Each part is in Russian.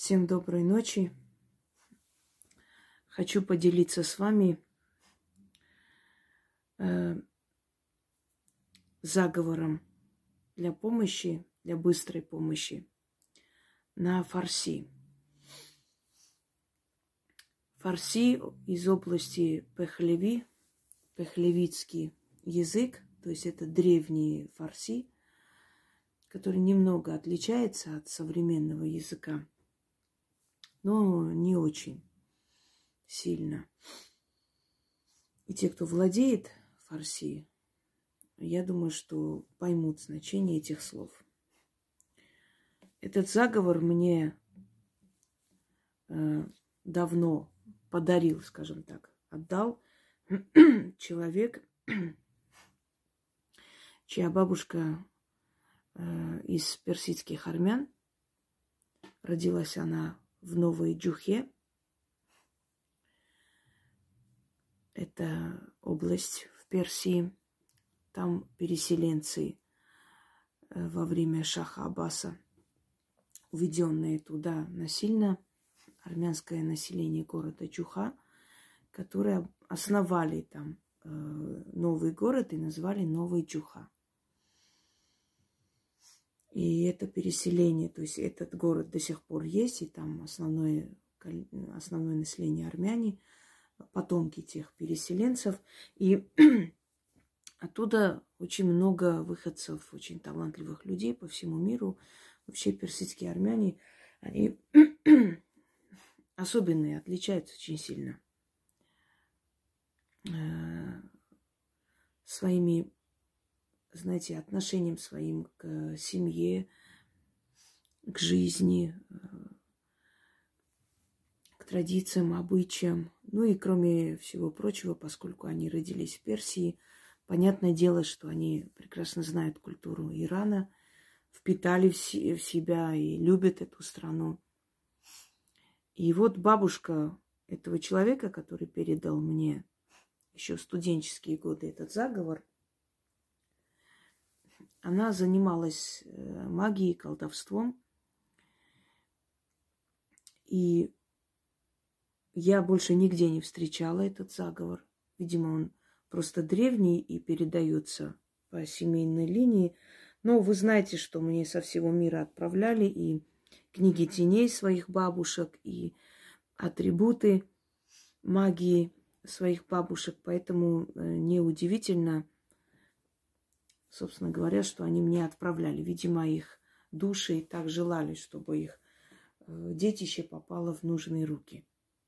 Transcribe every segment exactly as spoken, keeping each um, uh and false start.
Всем доброй ночи. Хочу поделиться с вами э, заговором для помощи, для быстрой помощи на фарси. Фарси из области Пехлеви, пехлевитский язык, то есть это древний фарси, который немного отличается от современного языка, но не очень сильно. И те, кто владеет фарси, я думаю, что поймут значение этих слов. Этот заговор мне э, давно подарил, скажем так, отдал человек, чья бабушка э, из персидских армян. Родилась она в Новой Джухе. Это область в Персии. Там переселенцы э, во время Шаха Аббаса, уведенные туда насильно, армянское население города Джуха, которые основали там э, новый город и назвали Новый Джуха. И это переселение, то есть этот город до сих пор есть, и там основное, основное население армяне, потомки тех переселенцев. И оттуда очень много выходцев, очень талантливых людей по всему миру. Вообще персидские армяне, они особенные, отличаются очень сильно своими, знаете, отношением своим к семье, к жизни, к традициям, обычаям. Ну и кроме всего прочего, поскольку они родились в Персии, понятное дело, что они прекрасно знают культуру Ирана, впитали в себя и любят эту страну. И вот бабушка этого человека, который передал мне еще в студенческие годы этот заговор, она занималась магией, колдовством. И я больше нигде не встречала этот заговор. Видимо, он просто древний и передается по семейной линии. Но вы знаете, что мне со всего мира отправляли и книги теней своих бабушек, и атрибуты магии своих бабушек. Поэтому неудивительно, собственно говоря, что они мне отправляли. Видимо, их души так желали, чтобы их детище попало в нужные руки.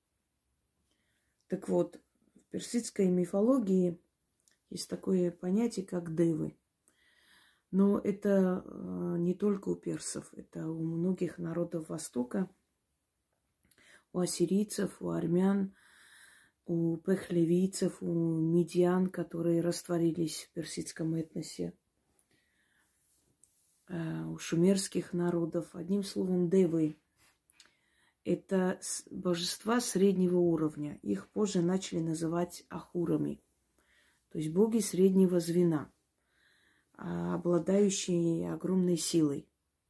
Так вот, в персидской мифологии есть такое понятие, как девы. Но это не только у персов, это у многих народов Востока, у ассирийцев, у армян, у пехлевийцев, у медиан, которые растворились в персидском этносе, у шумерских народов. Одним словом, девы – это божества среднего уровня. Их позже начали называть ахурами, то есть боги среднего звена, обладающие огромной силой.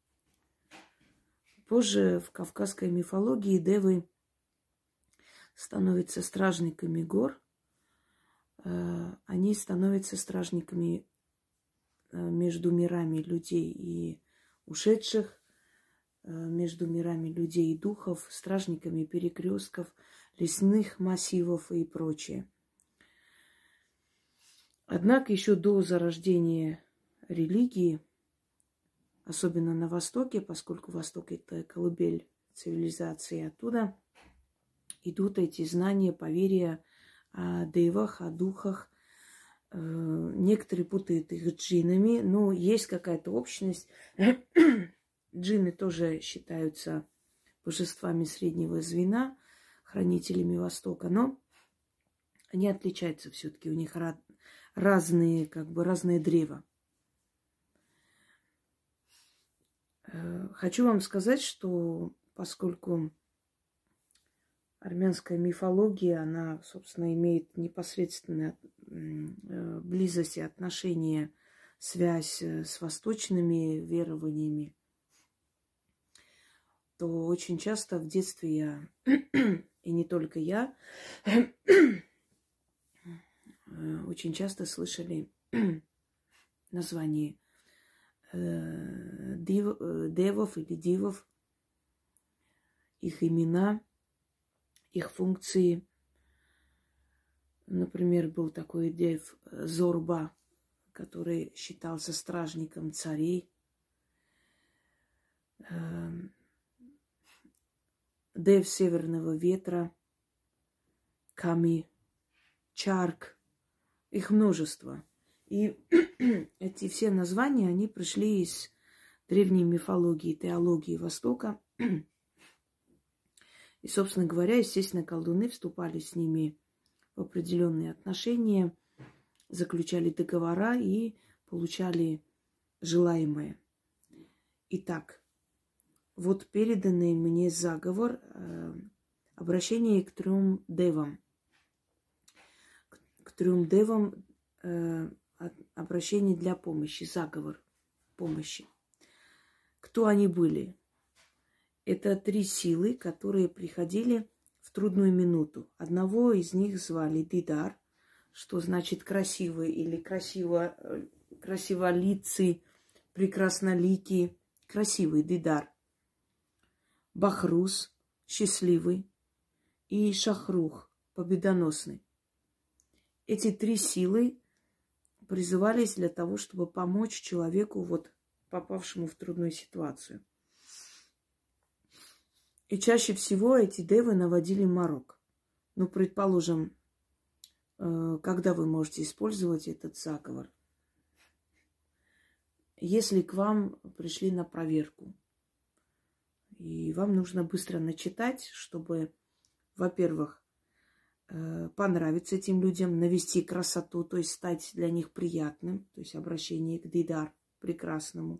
Позже в кавказской мифологии девы становятся стражниками гор. Они становятся стражниками между мирами людей и ушедших, между мирами людей и духов, стражниками перекрестков, лесных массивов и прочее. Однако еще до зарождения религии, особенно на Востоке, поскольку Восток – это колыбель цивилизации, оттуда идут эти знания, поверья о девах, о духах. Некоторые путают их с джиннами, но есть какая-то общность. Джинны тоже считаются божествами среднего звена, хранителями Востока, но они отличаются все-таки, у них разные, как бы разные древа. Хочу вам сказать, что поскольку армянская мифология, она, собственно, имеет непосредственную близость и отношение, связь с восточными верованиями, то очень часто в детстве я, и не только я, очень часто слышали название э, див, э, девов или дивов, их имена, их функции. Например, был такой дев Зорба, который считался стражником царей. Э, дев северного ветра, Ками, Чарк. Их множество. И эти все названия, они пришли из древней мифологии, теологии Востока. И, собственно говоря, естественно, колдуны вступали с ними в определенные отношения, заключали договора и получали желаемое. Итак, вот переданный мне заговор, э, обращение к трем девам. К трем девам э, обращение для помощи, заговор помощи. Кто они были? Это три силы, которые приходили в трудную минуту. Одного из них звали Дидар, что значит красивый или красиво, красиволицый, прекрасноликий, красивый Дидар. Бахрус, счастливый, и Шахрух, победоносный. Эти три силы призывались для того, чтобы помочь человеку, вот, попавшему в трудную ситуацию. И чаще всего эти девы наводили морок. Ну, предположим, когда вы можете использовать этот заговор? Если к вам пришли на проверку, и вам нужно быстро начитать, чтобы, во-первых, понравиться этим людям, навести красоту, то есть стать для них приятным, то есть обращение к Дидар, прекрасному.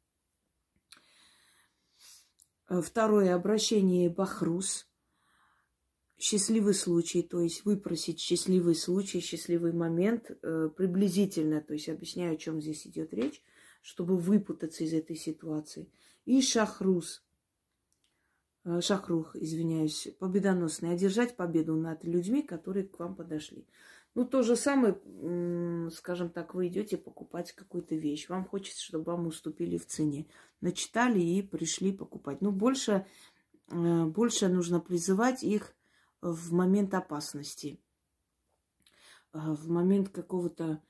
Второе, обращение Бахрус, счастливый случай, то есть выпросить счастливый случай, счастливый момент, приблизительно, то есть объясняю, о чем здесь идет речь, чтобы выпутаться из этой ситуации. И Шахрус, Шахрух, извиняюсь, победоносный, одержать победу над людьми, которые к вам подошли. Ну, то же самое, скажем так, вы идете покупать какую-то вещь. Вам хочется, чтобы вам уступили в цене. Начитали и пришли покупать. Ну, больше, больше нужно призывать их в момент опасности. В момент какого-то...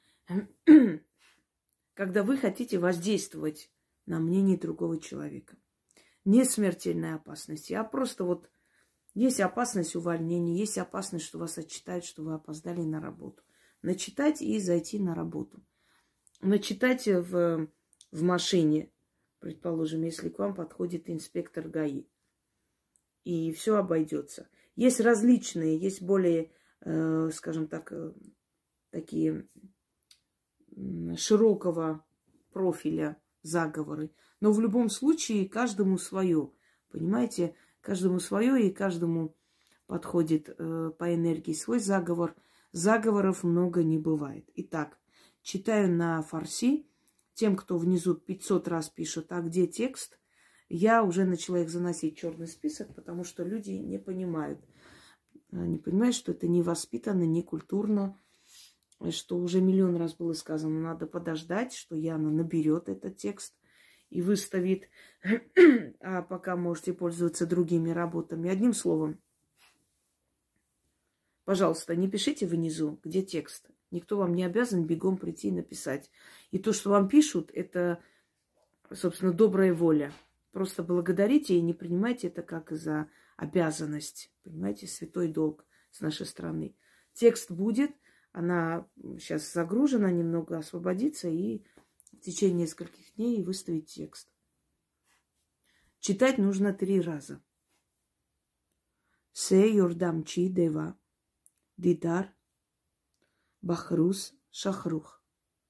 когда вы хотите воздействовать на мнение другого человека. Не смертельной опасности, а просто вот есть опасность увольнения, есть опасность, что вас отчитают, что вы опоздали на работу. Начитать и зайти на работу. Начитать в, в машине, предположим, если к вам подходит инспектор ГАИ. И все обойдется. Есть различные, есть более, э, скажем так, э, такие э, широкого профиля заговоры. Но в любом случае каждому свое. Понимаете? Каждому свое, и каждому подходит э, по энергии свой заговор. Заговоров много не бывает. Итак, читаю на фарси. Тем, кто внизу пятьсот раз пишет, а где текст, я уже начала их заносить в черный список, потому что люди не понимают. Не понимают, что это не воспитанно, не культурно, что уже миллион раз было сказано, надо подождать, что Яна наберет этот текст и выставит, а пока можете пользоваться другими работами. Одним словом, пожалуйста, не пишите внизу, где текст. Никто вам не обязан бегом прийти и написать. И то, что вам пишут, это, собственно, добрая воля. Просто благодарите и не принимайте это как за обязанность. Понимаете, святой долг с нашей стороны. Текст будет, она сейчас загружена, немного освободится и в течение нескольких дней выставить текст. Читать нужно три раза. Се Йордамчи Дева, Дидар, Бахрус, Шахрух.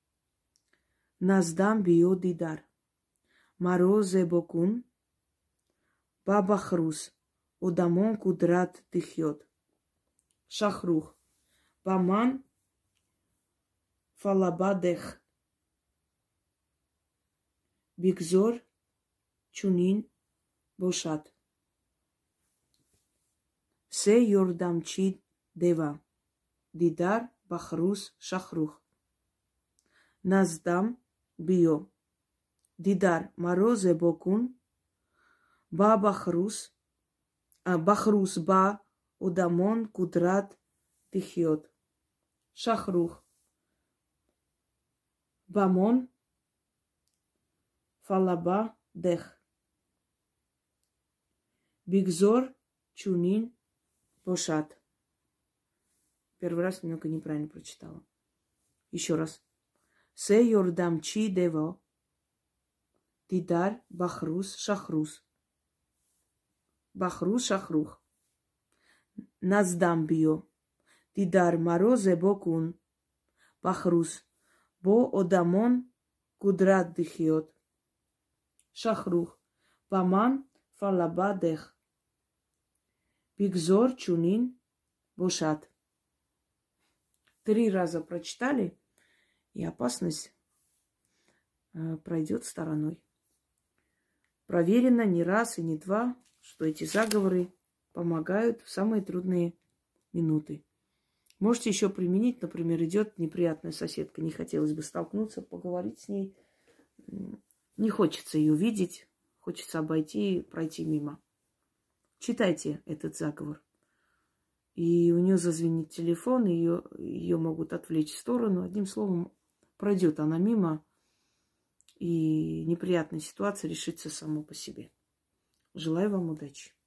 Наздам Био Дидар, Марозе Бокун, Бабахрус, Удамон Кудрат Тихьот. Шахрух, Баман Фалабадех. Бигзор Чунин Бошат. Се Йордамчи Дева. Дидар Бахрус Шахрух. Наздам Био. Дидар Морозе Бокун. Ба Бахрус. А Бахрус Ба Удамон Кудрат Тихиот. Шахрух. Бамон Фалаба Дех. Бигзор Чунин Бошат. Первый раз немного неправильно прочитала. Еще раз. Се Йордамчи Дево. Дидар Бахрус Шахрус. Бахрус Шахрух. Наздам Био. Дидар Морозе Бокун. Бахрус. Бо Одамон Кудрат Дихиот. Шахрух. Баман Фалаба Дех. Бигзор Чунин Бошат. Три раза прочитали, и опасность э, пройдет стороной. Проверено не раз и не два, что эти заговоры помогают в самые трудные минуты. Можете еще применить, например, идет неприятная соседка, не хотелось бы столкнуться, поговорить с ней. Не хочется ее видеть, хочется обойти и пройти мимо. Читайте этот заговор. И у нее зазвенит телефон, и ее, ее могут отвлечь в сторону. Одним словом, пройдет она мимо, и неприятная ситуация решится само по себе. Желаю вам удачи.